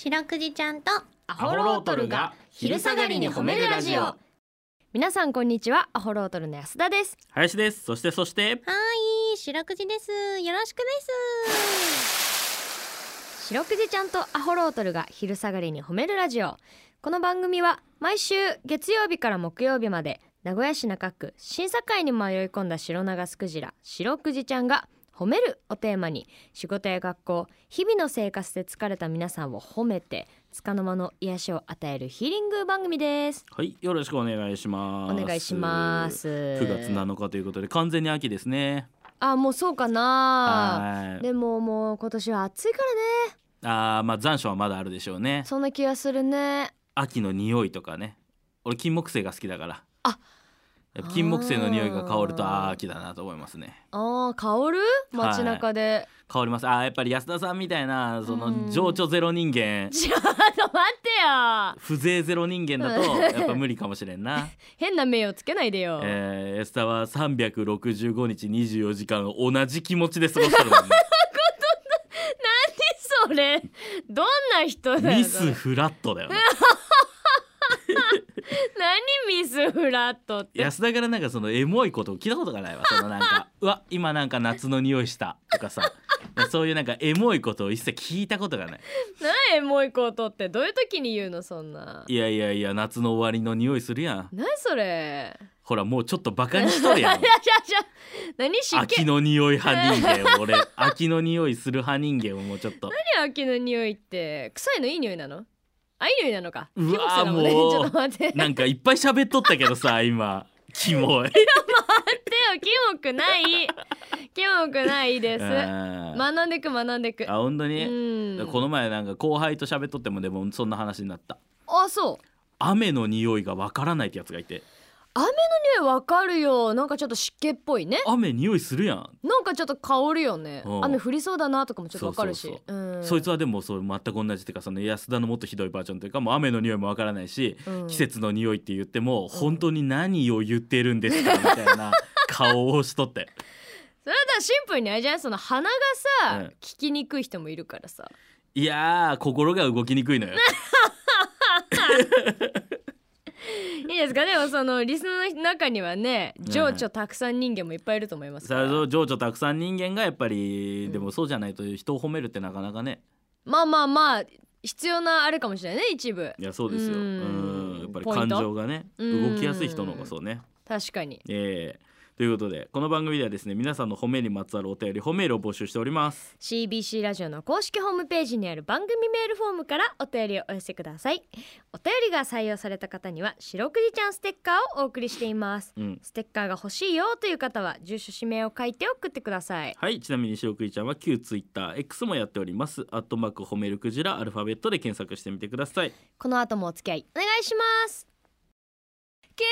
白くじちゃんとアホロートルが昼下がりに褒めるラジオ。 皆さんこんにちは。アホロートルの安田です。 林です。そしてはい、白くじです。よろしくです。 白くじちゃんとアホロートルが昼下がりに褒めるラジオ。この番組は毎週月曜日から木曜日まで名古屋市中区審査会に迷い込んだ白長スクジラ白くじちゃんが褒めるをテーマに、仕事や学校、日々の生活で疲れた皆さんを褒めて束の間の癒しを与えるヒーリング番組です。 はい、よろしくお願いします。 お願いします。 9月7日ということで完全に秋ですね。 もうそうかな。でももう今年は暑いからね。 まあ残暑はまだあるでしょうね。 そんな気がするね。 秋の匂いとかね。俺金木犀が好きだから、やっぱ金木犀の匂いが香ると秋だなと思いますね。 香る街中で、 香ります。やっぱり安田さんみたいなその情緒ゼロ人間、 ちょっと待ってよ、 風情ゼロ人間だとやっぱ無理かもしれんな。 変な目をつけないでよ。 安田は365日24時間同じ気持ちで過ごしてるもんね。 何それ、どんな人だよ。 ミスフラットだよね。 何ミスフラットって。 安田からなんかそのエモいことを聞いたことがないわ。そのなんかうわ今なんか夏の匂いしたとかさそういうなんかエモいことを一切聞いたことがない。 何エモいことってどういう時に言うのそんな。 いや夏の終わりの匂いするやん。 何それ。 ほらもうちょっとバカにしとるやん。 何湿気。 秋の匂い派人間俺秋の匂いする派人間をもうちょっと。 何秋の匂いって、臭いのいい匂いなの。いい匂いなのか。 うわもうちょっと待って。 なんかいっぱい喋っとったけどさ今キモい。 待ってよ、キモくないです。学んでく本当に。この前なんか後輩と喋っとってもでもそんな話になった。 そう。 雨の匂いがわからないってやつがいて。 雨の匂いわかるよ。なんかちょっと湿気っぽいね。 雨匂いするやん。 なんかちょっと香るよね。雨降りそうだなとかもちょっとわかるし。 そいつはでもそう全く同じっていうか、その安田のもっとひどいバージョンというか、もう雨の匂いもわからないし、季節の匂いって言っても本当に何を言ってるんですかみたいな顔をしとって。 それだシンプルにあれじゃない、その鼻がさ、聞きにくい人もいるからさ。 いや心が動きにくいのよ。 いいですか。でもそのリスナーの中にはね、情緒たくさん人間もいっぱいいると思いますから。 情緒たくさん人間がやっぱり、でもそうじゃないと人を褒めるってなかなかね。 まあ必要なあれかもしれないね、一部。 いやそうですよ。やっぱり感情がね動きやすい人の方がそうね。 確かに。 ということでこの番組ではですね、皆さんの褒めにまつわるお便り褒めールを募集しております。 CBC ラジオの公式ホームページにある番組メールフォームからお便りをお寄せください。お便りが採用された方には白くじちゃんステッカーをお送りしています。ステッカーが欲しいよという方は住所氏名を書いて送ってください。 はい、ちなみに白くじちゃんは旧 TwitterX もやっております。@褒めるクジラアルファベットで検索してみてください。 この後もお付き合いお願いします。聞いてよ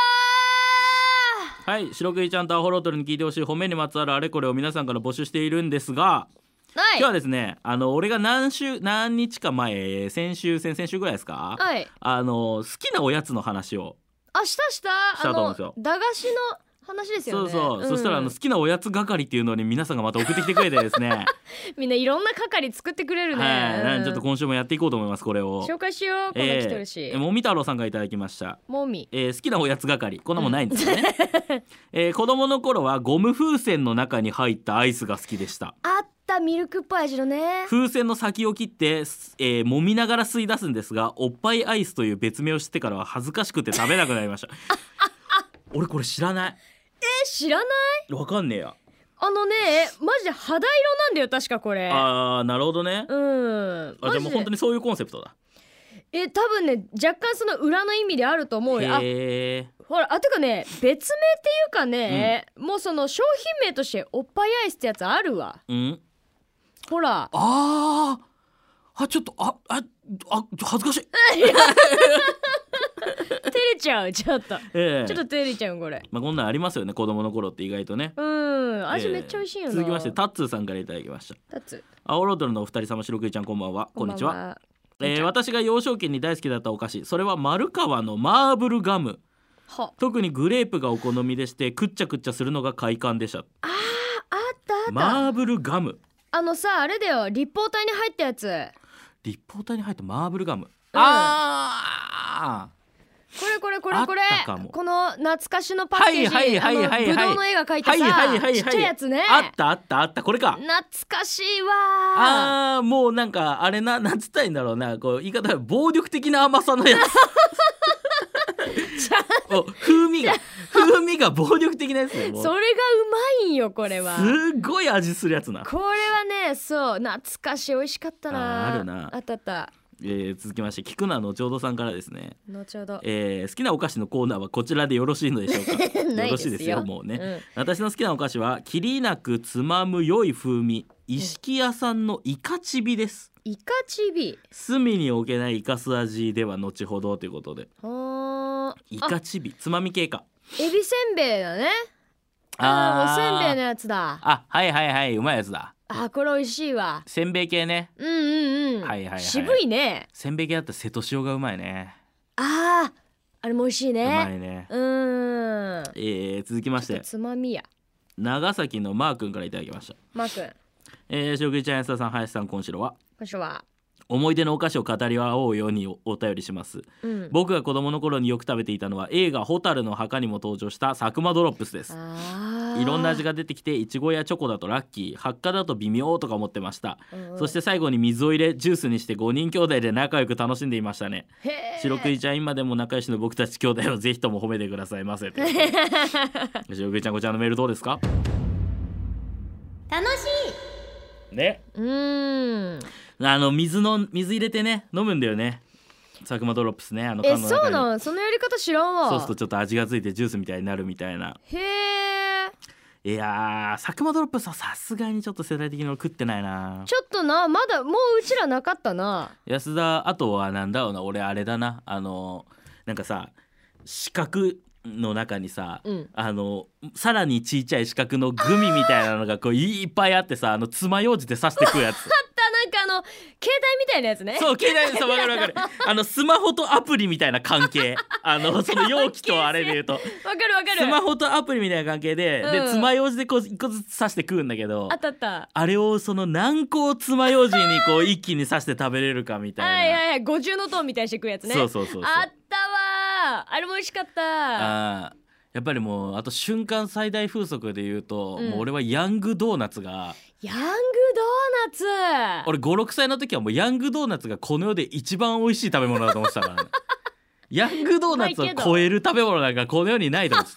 はい、白くじちゃんとアホロートルに聞いてほしい褒めにまつわるあれこれを皆さんから募集しているんですが、今日はですね、俺が何日か前、先週ぐらいですか、好きなおやつの話をしたと思うんですよ。 駄菓子の話ですよね。 そしたら好きなおやつ係っていうのに皆さんがまた送ってきてくれてですねみんないろんな係作ってくれるね。 ちょっと今週もやっていこうと思います。これを紹介しよう。この来てるし、 もみ太郎さんがいただきました。 もみ、 好きなおやつ係、こんなもんないんですよね。子供の頃はゴム風船の中に入ったアイスが好きでした。 あった、ミルクっぽい味のね。 風船の先を切って、揉みながら吸い出すんですが、おっぱいアイスという別名を知ってからは恥ずかしくて食べなくなりました。俺これ知らない。 知らない。 わかんねえや。 マジで肌色なんだよ確かこれ。 なるほどね。じゃあもう本当にそういうコンセプトだ。 多分ね、若干その裏の意味であると思うよ。ほら、てかね、別名っていうかね、もうその商品名としておっぱいアイスってやつあるわ。ほら。 ちょっと恥ずかしい。 照れちゃう、ちょっと照れちゃうこれ。 こんなんありますよね、子供の頃って意外とね。 味めっちゃ美味しいよな。 続きましてタッツーさんからいただきました。 タッツー、 アオロードルのお二人様、白くじちゃんこんばんは。こんにちは。私が幼少期に大好きだったお菓子、それは丸川のマーブルガム。特にグレープがお好みでして、くっちゃくっちゃするのが快感でした。 あったマーブルガム。 あれだよ、立方体に入ったやつ。 立方体に入ったマーブルガム、 これこの懐かしのパッケージ、ぶどうの絵が描いたさ、ちっちゃいやつね。 あったこれか。 懐かしいわ。 もうなんかあれなんつったらいいんだろうな、こう言い方は暴力的な甘さのやつ風味が暴力的なやつね。 それがうまいんよこれは。 すっごい味するやつな。 これはね、そう懐かしい、美味しかったな。 あるな。 あった。 続きまして、聞くのは後ほどさんからですね。 後ほど、 好きなお菓子のコーナーはこちらでよろしいのでしょうか。よろしいですよもうね、私の好きなお菓子はきりなくつまむ良い風味、石木屋さんのイカチビです。 イカチビ、 隅に置けないイカス味では後ほどということで。イカチビ、つまみ系か。 エビせんべいだね。おせんべいのやつだ。 はい、うまいやつだ。 これ美味しいわ。 せんべい系ね。 渋いね。 せんべい系だったら瀬戸塩がうまいね。 あれも美味しいね。 うまいね。続きまして、 つまみや。 長崎のマー君からいただきました。 マー君、 食事ちゃん、安田さん、林さん、今週は思い出のお菓子を語り合おうようにお便りします、僕が子供の頃によく食べていたのは映画ホタルの墓にも登場した佐久間ドロップスです。いろんな味が出てきて、いちごやチョコだとラッキー、発火だと微妙とか思ってました、そして最後に水を入れジュースにして5人兄弟で仲良く楽しんでいましたね。白くじちゃん、今でも仲良しの僕たち兄弟をぜひとも褒めてくださいませ。白くじちゃん、こちらのメールどうですか？ 楽しいね。水入れてね飲むんだよね、佐久間ドロップスね。 そうなん、そのやり方知らんわ。 そうするとちょっと味がついてジュースみたいになるみたいな。 へえ。 いや佐久間ドロップスはさすがにちょっと世代的に食ってないな。 ちょっとな、まだもううちらなかったな。 安田、あとはなんだろうな、俺あれだな、なんかさ、四角の中にさ、さらにちっちゃい四角のグミみたいなのがこういっぱいあってさ、爪楊枝で刺してくやつなんか携帯みたいなやつね。 そう、携帯、そう、わかるスマホとアプリみたいな関係その容器とあれで言うとわかるスマホとアプリみたいな関係で、爪楊枝でこう一個ずつ刺して食うんだけど、あれをその何個爪楊枝にこう一気に刺して食べれるかみたいな五重の塔みたいにして食うやつね。 そうあったわ。あれも美味しかった。 やっぱりもうあと瞬間最大風速で言うと、もう俺はヤングドーナツが、 ヤングドーナツ、 俺 5,6 歳の時はもうヤングドーナツがこの世で一番美味しい食べ物だと思ってたからねヤングドーナツを超える食べ物なんかこの世にないと思って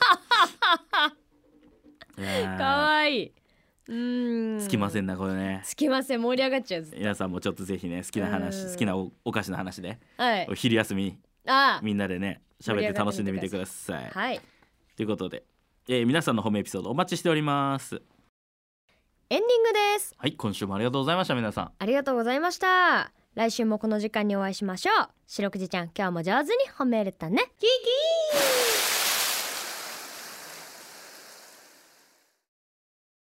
たかわいい。 つきませんなこれね。 つきません、盛り上がっちゃう。 皆さんもちょっとぜひね、好きな話、好きな お菓子の話で、昼休みみんなでね喋って楽しんでみてください。 はい、 ということで、皆さんの褒めエピソードお待ちしております。 エンディングです。 はい、今週もありがとうございました。皆さんありがとうございました。来週もこの時間にお会いしましょう。白くじちゃん、今日も上手に褒めれたね。キキー。